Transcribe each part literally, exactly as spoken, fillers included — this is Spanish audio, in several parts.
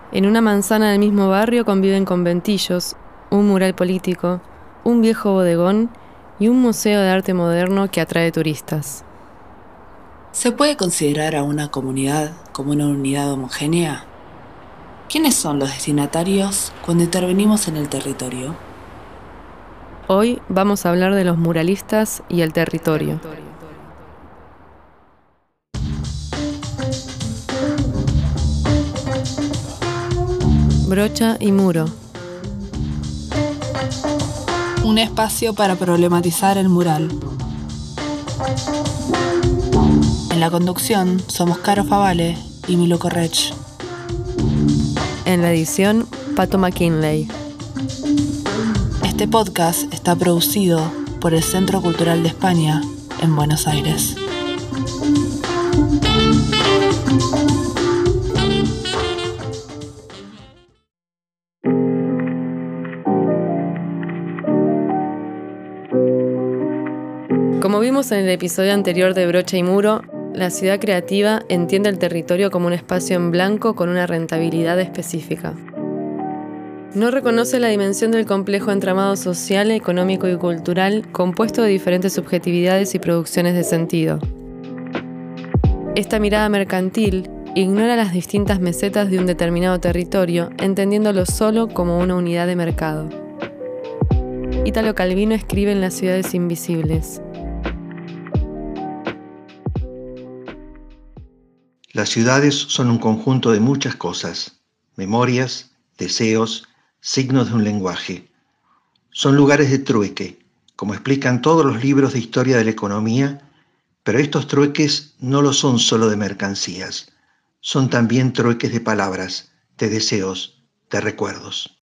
En una manzana del mismo barrio conviven conventillos, un mural político, un viejo bodegón y un museo de arte moderno que atrae turistas. ¿Se puede considerar a una comunidad como una unidad homogénea? ¿Quiénes son los destinatarios cuando intervenimos en el territorio? Hoy vamos a hablar de los muralistas y el territorio. Brocha y muro. Un espacio para problematizar el mural. En la conducción somos Caro Favale y Milo Correch. En la edición, Pato McKinley. Este podcast está producido por el Centro Cultural de España en Buenos Aires. Como vimos en el episodio anterior de Brocha y Muro, la ciudad creativa entiende el territorio como un espacio en blanco con una rentabilidad específica. No reconoce la dimensión del complejo entramado social, económico y cultural compuesto de diferentes subjetividades y producciones de sentido. Esta mirada mercantil ignora las distintas mesetas de un determinado territorio, entendiéndolo solo como una unidad de mercado. Italo Calvino escribe en Las ciudades invisibles: las ciudades son un conjunto de muchas cosas, memorias, deseos, signos de un lenguaje. Son lugares de trueque, como explican todos los libros de historia de la economía, pero estos trueques no lo son solo de mercancías, son también trueques de palabras, de deseos, de recuerdos.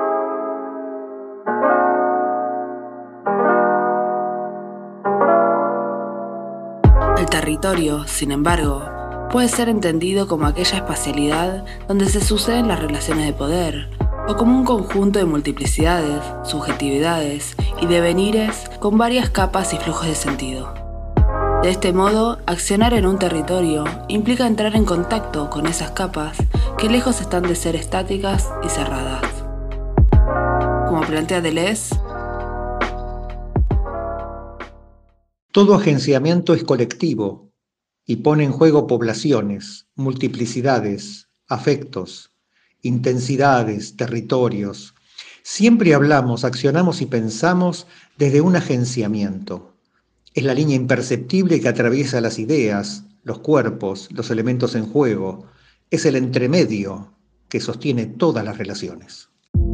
El territorio, sin embargo, puede ser entendido como aquella espacialidad donde se suceden las relaciones de poder, o como un conjunto de multiplicidades, subjetividades y devenires con varias capas y flujos de sentido. De este modo, accionar en un territorio implica entrar en contacto con esas capas que lejos están de ser estáticas y cerradas. Como plantea Deleuze, todo agenciamiento es colectivo y pone en juego poblaciones, multiplicidades, afectos, intensidades, territorios. Siempre hablamos, accionamos y pensamos desde un agenciamiento. Es la línea imperceptible que atraviesa las ideas, los cuerpos, los elementos en juego. Es el entremedio que sostiene todas las relaciones.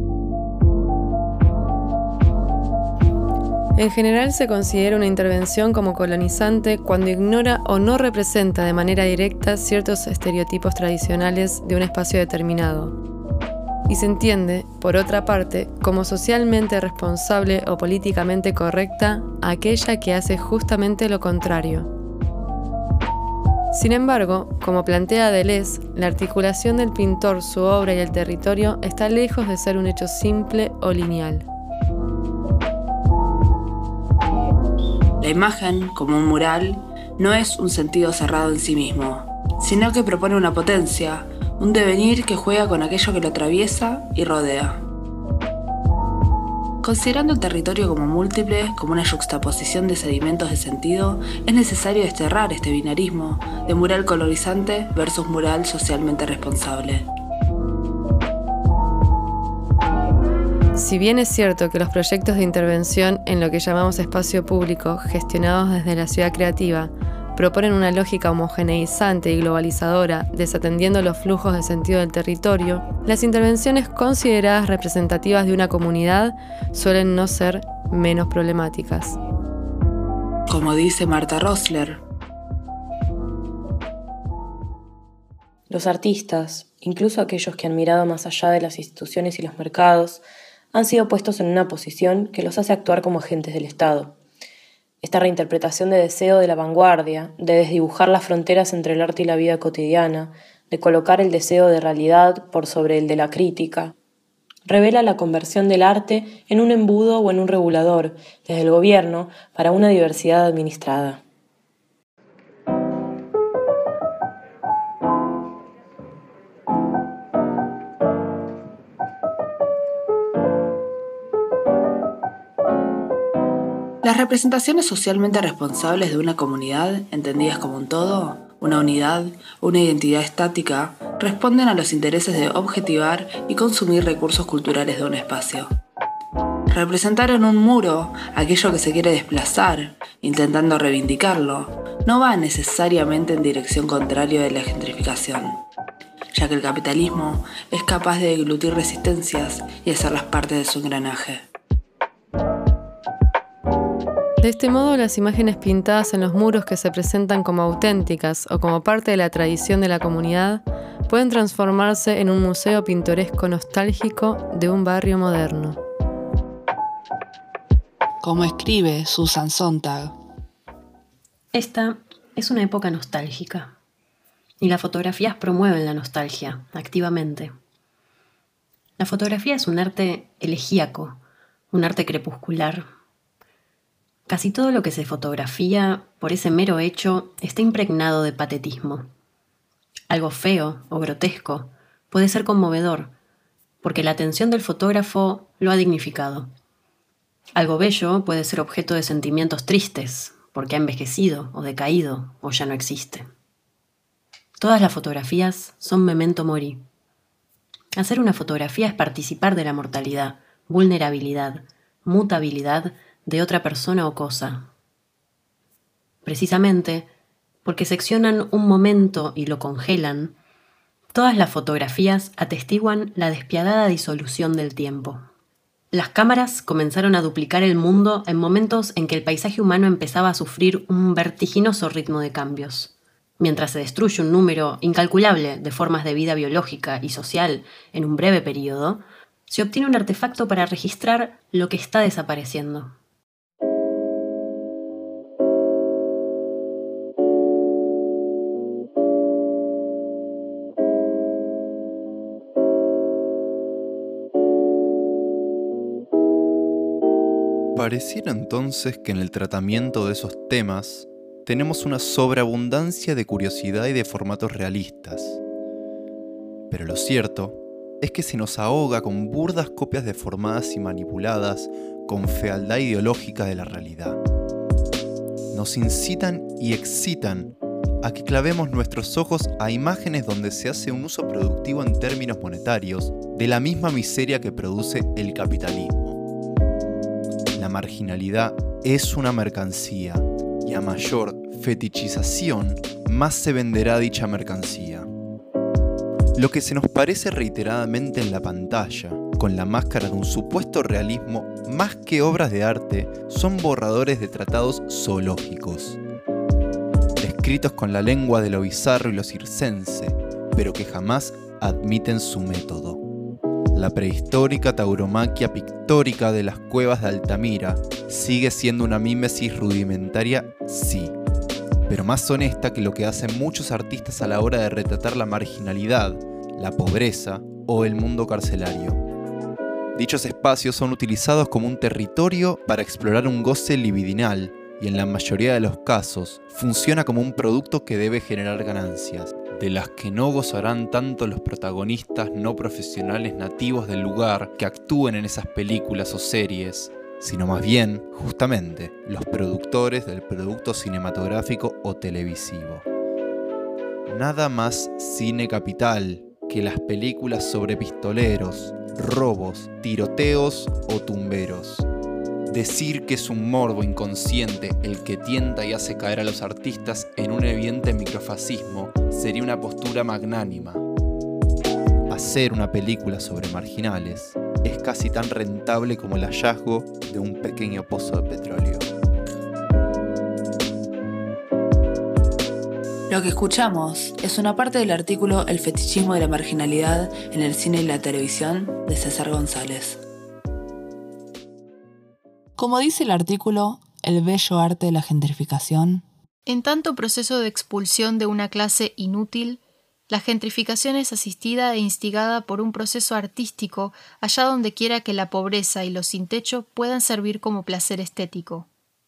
En general se considera una intervención como colonizante cuando ignora o no representa de manera directa ciertos estereotipos tradicionales de un espacio determinado. Y se entiende, por otra parte, como socialmente responsable o políticamente correcta aquella que hace justamente lo contrario. Sin embargo, como plantea Deleuze, la articulación del pintor, su obra y el territorio está lejos de ser un hecho simple o lineal. la imagen, como un mural, no es un sentido cerrado en sí mismo, sino que propone una potencia, un devenir que juega con aquello que lo atraviesa y rodea. Considerando el territorio como múltiple, como una yuxtaposición de sedimentos de sentido, es necesario desterrar este binarismo de mural colonizante versus mural socialmente responsable. Si bien es cierto que los proyectos de intervención en lo que llamamos espacio público, gestionados desde la ciudad creativa, proponen una lógica homogeneizante y globalizadora, desatendiendo los flujos de sentido del territorio, las intervenciones consideradas representativas de una comunidad suelen no ser menos problemáticas. Como dice Marta Rosler, los artistas, incluso aquellos que han mirado más allá de las instituciones y los mercados, han sido puestos en una posición que los hace actuar como agentes del Estado. Esta reinterpretación de deseo de la vanguardia, de desdibujar las fronteras entre el arte y la vida cotidiana, de colocar el deseo de realidad por sobre el de la crítica, revela la conversión del arte en un embudo o en un regulador, desde el gobierno, para una diversidad administrada. Las representaciones socialmente responsables de una comunidad, entendidas como un todo, una unidad, una identidad estática, responden a los intereses de objetivar y consumir recursos culturales de un espacio. Representar en un muro aquello que se quiere desplazar, intentando reivindicarlo, no va necesariamente en dirección contraria de la gentrificación, ya que el capitalismo es capaz de deglutir resistencias y hacerlas parte de su engranaje. De este modo, las imágenes pintadas en los muros que se presentan como auténticas o como parte de la tradición de la comunidad pueden transformarse en un museo pintoresco nostálgico de un barrio moderno. Como escribe Susan Sontag. Esta es una época nostálgica, y las fotografías promueven la nostalgia activamente. La fotografía es un arte elegíaco, un arte crepuscular. Casi todo lo que se fotografía, por ese mero hecho, está impregnado de patetismo. Algo feo o grotesco puede ser conmovedor, porque la atención del fotógrafo lo ha dignificado. Algo bello puede ser objeto de sentimientos tristes, porque ha envejecido o decaído o ya no existe. Todas las fotografías son memento mori. Hacer una fotografía es participar de la mortalidad, vulnerabilidad, mutabilidad de otra persona o cosa. Precisamente, porque seccionan un momento y lo congelan, todas las fotografías atestiguan la despiadada disolución del tiempo. Las cámaras comenzaron a duplicar el mundo en momentos en que el paisaje humano empezaba a sufrir un vertiginoso ritmo de cambios. Mientras se destruye un número incalculable de formas de vida biológica y social en un breve periodo, se obtiene un artefacto para registrar lo que está desapareciendo. Pareciera entonces que en el tratamiento de esos temas tenemos una sobreabundancia de curiosidad y de formatos realistas. Pero lo cierto es que se nos ahoga con burdas copias deformadas y manipuladas con fealdad ideológica de la realidad. Nos incitan y excitan a que clavemos nuestros ojos a imágenes donde se hace un uso productivo en términos monetarios de la misma miseria que produce el capitalismo. La marginalidad es una mercancía y a mayor fetichización, más se venderá dicha mercancía. Lo que se nos parece reiteradamente en la pantalla, con la máscara de un supuesto realismo más que obras de arte, son borradores de tratados zoológicos, escritos con la lengua de lo bizarro y lo circense, pero que jamás admiten su método. La prehistórica tauromaquia pictórica de las cuevas de Altamira sigue siendo una mímesis rudimentaria, sí, pero más honesta que lo que hacen muchos artistas a la hora de retratar la marginalidad, la pobreza o el mundo carcelario. Dichos espacios son utilizados como un territorio para explorar un goce libidinal y en la mayoría de los casos funciona como un producto que debe generar ganancias, de las que no gozarán tanto los protagonistas no profesionales nativos del lugar que actúen en esas películas o series, sino más bien, justamente, los productores del producto cinematográfico o televisivo. Nada más cine capital que las películas sobre pistoleros, robos, tiroteos o tumberos. Decir que es un morbo inconsciente el que tienta y hace caer a los artistas en un evidente microfascismo sería una postura magnánima. Hacer una película sobre marginales es casi tan rentable como el hallazgo de un pequeño pozo de petróleo. Lo que escuchamos es una parte del artículo El fetichismo de la marginalidad en el cine y la televisión de César González. Como dice el artículo, el bello arte de la gentrificación. En tanto proceso de expulsión de una clase inútil, la gentrificación es asistida e instigada por un proceso artístico allá donde quiera que la pobreza y los sin techo puedan servir como placer estético.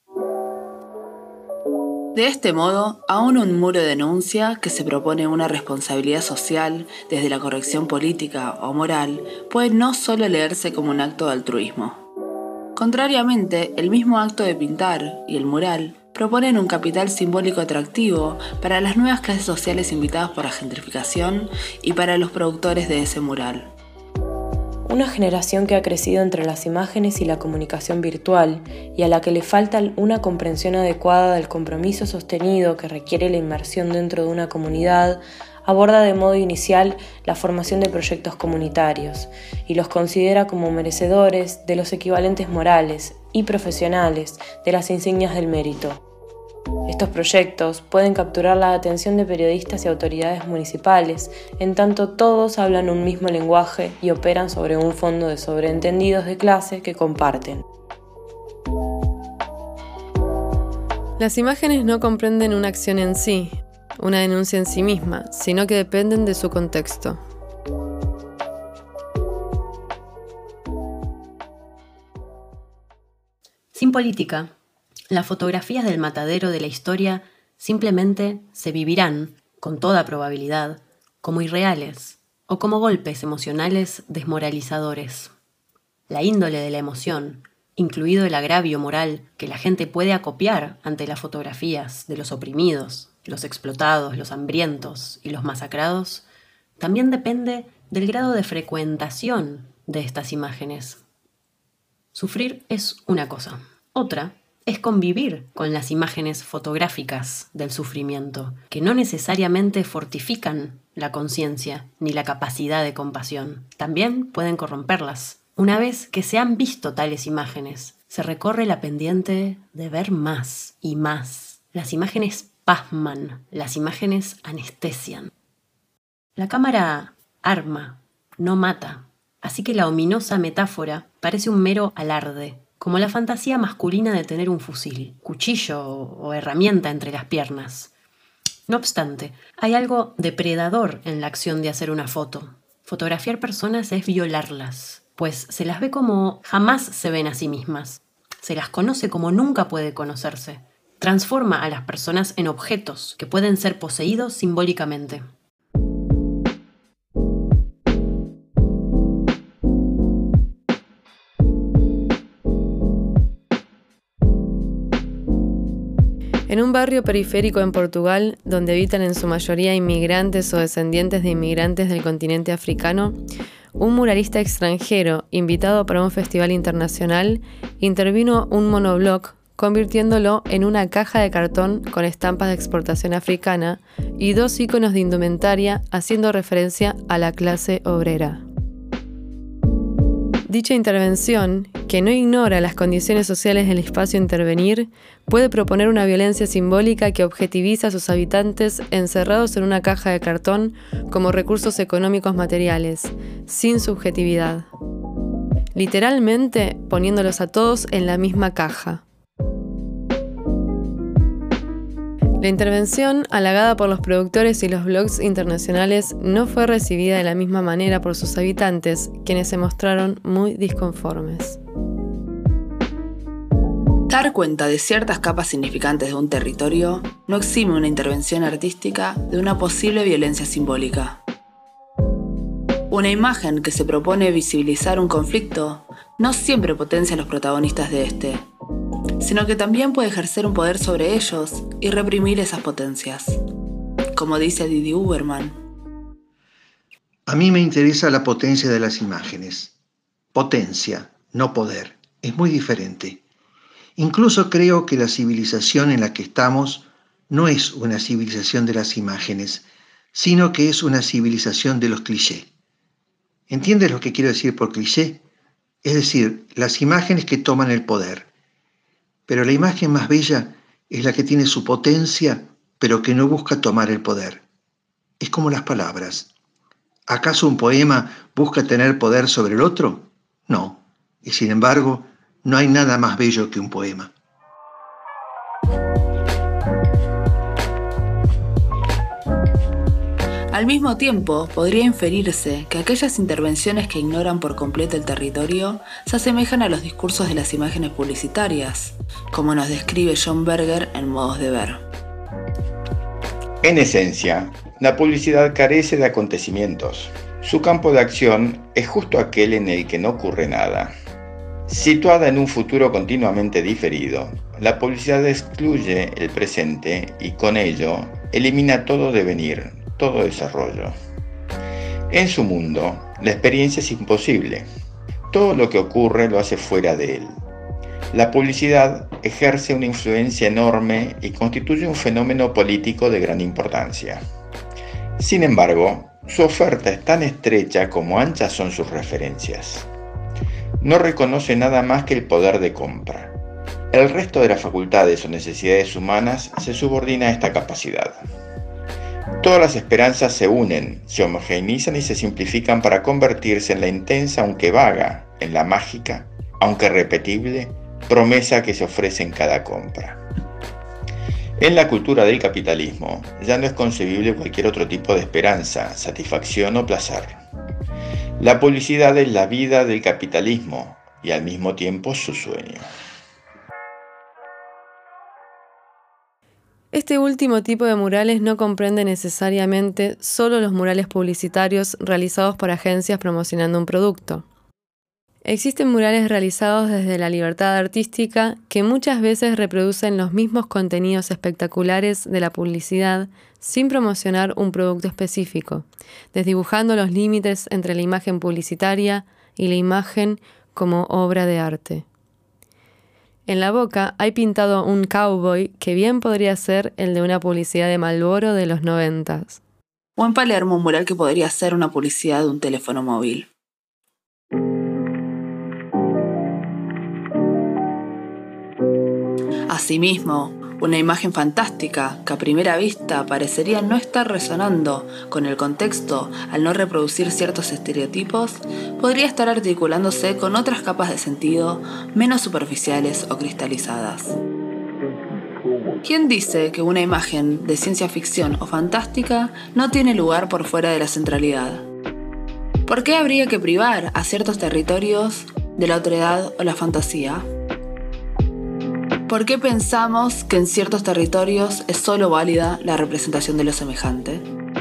De este modo, aún un muro denuncia que se propone una responsabilidad social desde la corrección política o moral puede no solo leerse como un acto de altruismo. Contrariamente, el mismo acto de pintar y el mural proponen un capital simbólico atractivo para las nuevas clases sociales invitadas por la gentrificación y para los productores de ese mural. Una generación que ha crecido entre las imágenes y la comunicación virtual y a la que le falta una comprensión adecuada del compromiso sostenido que requiere la inmersión dentro de una comunidad, aborda de modo inicial la formación de proyectos comunitarios y los considera como merecedores de los equivalentes morales y profesionales de las insignias del mérito. Estos proyectos pueden capturar la atención de periodistas y autoridades municipales, en tanto todos hablan un mismo lenguaje y operan sobre un fondo de sobreentendidos de clase que comparten. Las imágenes no comprenden una acción en sí, una denuncia en sí misma, sino que dependen de su contexto. Sin política, las fotografías del matadero de la historia simplemente se vivirán, con toda probabilidad, como irreales o como golpes emocionales desmoralizadores. La índole de la emoción, incluido el agravio moral que la gente puede acopiar ante las fotografías de los oprimidos, los explotados, los hambrientos y los masacrados, también depende del grado de frecuentación de estas imágenes. Sufrir es una cosa. Otra es convivir con las imágenes fotográficas del sufrimiento, que no necesariamente fortifican la conciencia ni la capacidad de compasión. También pueden corromperlas. Una vez que se han visto tales imágenes, se recorre la pendiente de ver más y más. Las imágenes pasman, las imágenes anestesian. La cámara arma, no mata, así que la ominosa metáfora parece un mero alarde, como la fantasía masculina de tener un fusil, cuchillo o herramienta entre las piernas. No obstante, hay algo depredador en la acción de hacer una foto. Fotografiar personas es violarlas, pues se las ve como jamás se ven a sí mismas. Se las conoce como nunca puede conocerse. Transforma a las personas en objetos que pueden ser poseídos simbólicamente. En un barrio periférico en Portugal, donde habitan en su mayoría inmigrantes o descendientes de inmigrantes del continente africano, un muralista extranjero, invitado para un festival internacional, intervino un monoblog, convirtiéndolo en una caja de cartón con estampas de exportación africana y dos iconos de indumentaria haciendo referencia a la clase obrera. Dicha intervención, que no ignora las condiciones sociales del espacio a intervenir, puede proponer una violencia simbólica que objetiviza a sus habitantes encerrados en una caja de cartón como recursos económicos materiales, sin subjetividad. Literalmente poniéndolos a todos en la misma caja. La intervención, halagada por los productores y los blogs internacionales, no fue recibida de la misma manera por sus habitantes, quienes se mostraron muy disconformes. Dar cuenta de ciertas capas significantes de un territorio no exime una intervención artística de una posible violencia simbólica. Una imagen que se propone visibilizar un conflicto no siempre potencia a los protagonistas de este, sino que también puede ejercer un poder sobre ellos y reprimir esas potencias. Como dice Didi Huberman. A mí me interesa la potencia de las imágenes. Potencia, no poder. Es muy diferente. Incluso creo que la civilización en la que estamos no es una civilización de las imágenes, sino que es una civilización de los clichés. ¿Entiendes lo que quiero decir por cliché? Es decir, las imágenes que toman el poder. Pero la imagen más bella es la que tiene su potencia, pero que no busca tomar el poder. Es como las palabras. ¿Acaso un poema busca tener poder sobre el otro? No. Y sin embargo, no hay nada más bello que un poema. Al mismo tiempo, podría inferirse que aquellas intervenciones que ignoran por completo el territorio se asemejan a los discursos de las imágenes publicitarias, como nos describe John Berger en Modos de Ver. En esencia, la publicidad carece de acontecimientos. Su campo de acción es justo aquel en el que no ocurre nada. Situada en un futuro continuamente diferido, la publicidad excluye el presente y con ello elimina todo devenir, todo desarrollo. En su mundo, la experiencia es imposible. Todo lo que ocurre lo hace fuera de él. La publicidad ejerce una influencia enorme y constituye un fenómeno político de gran importancia. Sin embargo, su oferta es tan estrecha como anchas son sus referencias. No reconoce nada más que el poder de compra. El resto de las facultades o necesidades humanas se subordina a esta capacidad. Todas las esperanzas se unen, se homogeneizan y se simplifican para convertirse en la intensa, aunque vaga, en la mágica, aunque repetible, promesa que se ofrece en cada compra. En la cultura del capitalismo ya no es concebible cualquier otro tipo de esperanza, satisfacción o placer. La publicidad es la vida del capitalismo y al mismo tiempo su sueño. Este último tipo de murales no comprende necesariamente solo los murales publicitarios realizados por agencias promocionando un producto. Existen murales realizados desde la libertad artística que muchas veces reproducen los mismos contenidos espectaculares de la publicidad sin promocionar un producto específico, desdibujando los límites entre la imagen publicitaria y la imagen como obra de arte. En La Boca hay pintado un cowboy que bien podría ser el de una publicidad de Marlboro de los noventas. O en Palermo un mural que podría ser una publicidad de un teléfono móvil. Asimismo, una imagen fantástica que a primera vista parecería no estar resonando con el contexto al no reproducir ciertos estereotipos, podría estar articulándose con otras capas de sentido menos superficiales o cristalizadas. ¿Quién dice que una imagen de ciencia ficción o fantástica no tiene lugar por fuera de la centralidad? ¿Por qué habría que privar a ciertos territorios de la otredad o la fantasía? ¿Por qué pensamos que en ciertos territorios es solo válida la representación de lo semejante?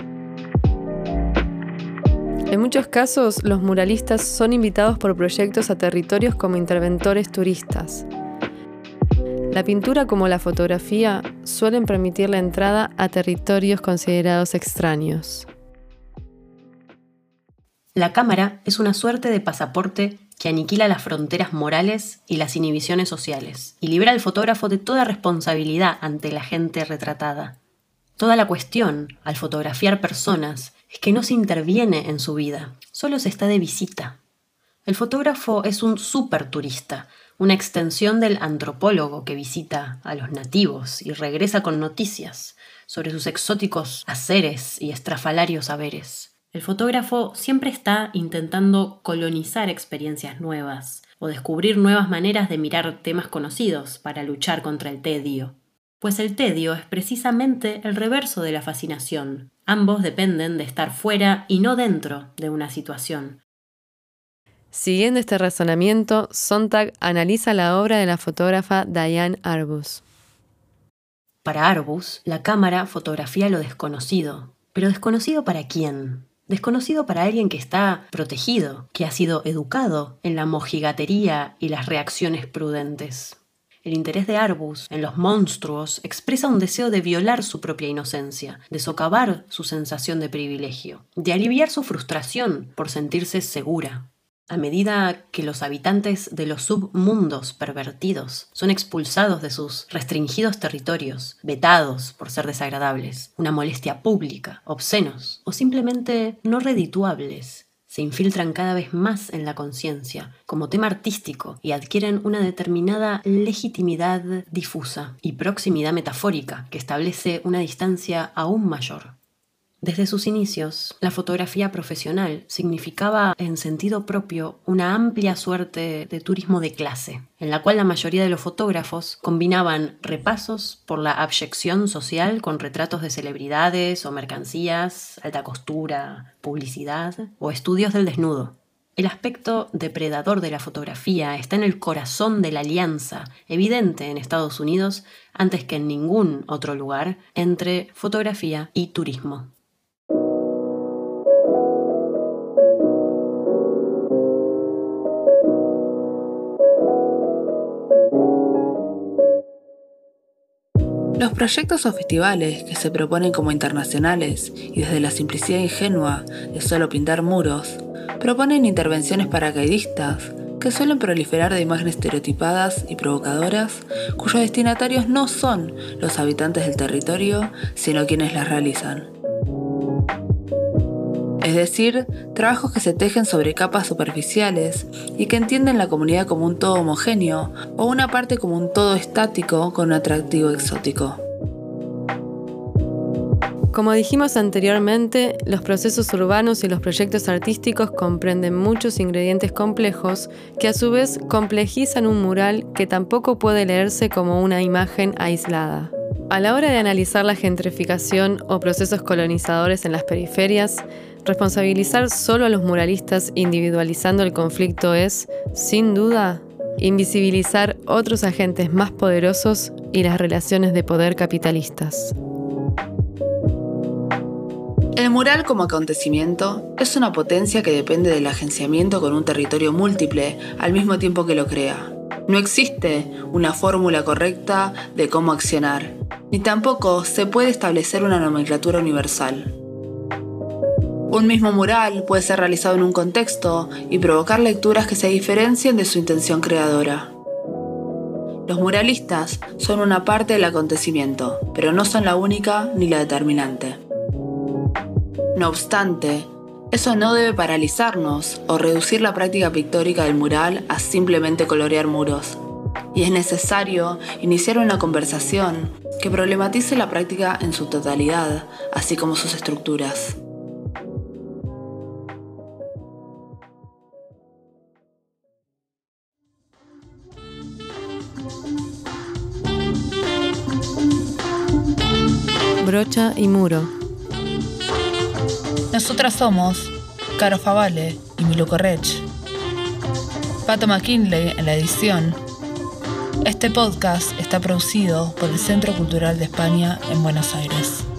En muchos casos, los muralistas son invitados por proyectos a territorios como interventores turistas. La pintura como la fotografía suelen permitir la entrada a territorios considerados extraños. La cámara es una suerte de pasaporte que aniquila las fronteras morales y las inhibiciones sociales, y libera al fotógrafo de toda responsabilidad ante la gente retratada. Toda la cuestión, al fotografiar personas, es que no se interviene en su vida, solo se está de visita. El fotógrafo es un superturista, una extensión del antropólogo que visita a los nativos y regresa con noticias sobre sus exóticos haceres y estrafalarios saberes. El fotógrafo siempre está intentando colonizar experiencias nuevas o descubrir nuevas maneras de mirar temas conocidos para luchar contra el tedio. Pues el tedio es precisamente el reverso de la fascinación. Ambos dependen de estar fuera y no dentro de una situación. Siguiendo este razonamiento, Sontag analiza la obra de la fotógrafa Diane Arbus. Para Arbus, la cámara fotografía lo desconocido. ¿Pero desconocido para quién? Desconocido para alguien que está protegido, que ha sido educado en la mojigatería y las reacciones prudentes. El interés de Arbus en los monstruos expresa un deseo de violar su propia inocencia, de socavar su sensación de privilegio, de aliviar su frustración por sentirse segura. A medida que los habitantes de los submundos pervertidos son expulsados de sus restringidos territorios, vetados por ser desagradables, una molestia pública, obscenos o simplemente no redituables, se infiltran cada vez más en la conciencia como tema artístico y adquieren una determinada legitimidad difusa y proximidad metafórica que establece una distancia aún mayor. Desde sus inicios, la fotografía profesional significaba en sentido propio una amplia suerte de turismo de clase, en la cual la mayoría de los fotógrafos combinaban repasos por la abyección social con retratos de celebridades o mercancías, alta costura, publicidad o estudios del desnudo. El aspecto depredador de la fotografía está en el corazón de la alianza, evidente en Estados Unidos antes que en ningún otro lugar, entre fotografía y turismo. Los proyectos o festivales que se proponen como internacionales y desde la simplicidad ingenua de solo pintar muros, proponen intervenciones paracaidistas que suelen proliferar de imágenes estereotipadas y provocadoras cuyos destinatarios no son los habitantes del territorio, sino quienes las realizan. Es decir, trabajos que se tejen sobre capas superficiales y que entienden la comunidad como un todo homogéneo o una parte como un todo estático con un atractivo exótico. Como dijimos anteriormente, los procesos urbanos y los proyectos artísticos comprenden muchos ingredientes complejos que a su vez complejizan un mural que tampoco puede leerse como una imagen aislada. A la hora de analizar la gentrificación o procesos colonizadores en las periferias, responsabilizar solo a los muralistas individualizando el conflicto es, sin duda, invisibilizar otros agentes más poderosos y las relaciones de poder capitalistas. El mural como acontecimiento es una potencia que depende del agenciamiento con un territorio múltiple al mismo tiempo que lo crea. No existe una fórmula correcta de cómo accionar, ni tampoco se puede establecer una nomenclatura universal. Un mismo mural puede ser realizado en un contexto y provocar lecturas que se diferencien de su intención creadora. Los muralistas son una parte del acontecimiento, pero no son la única ni la determinante. No obstante, eso no debe paralizarnos o reducir la práctica pictórica del mural a simplemente colorear muros. Y es necesario iniciar una conversación que problematice la práctica en su totalidad, así como sus estructuras. Brocha y muro. Nosotras somos Caro Favale y Milu Correch. Pato McKinley en la edición. Este podcast está producido por el Centro Cultural de España en Buenos Aires.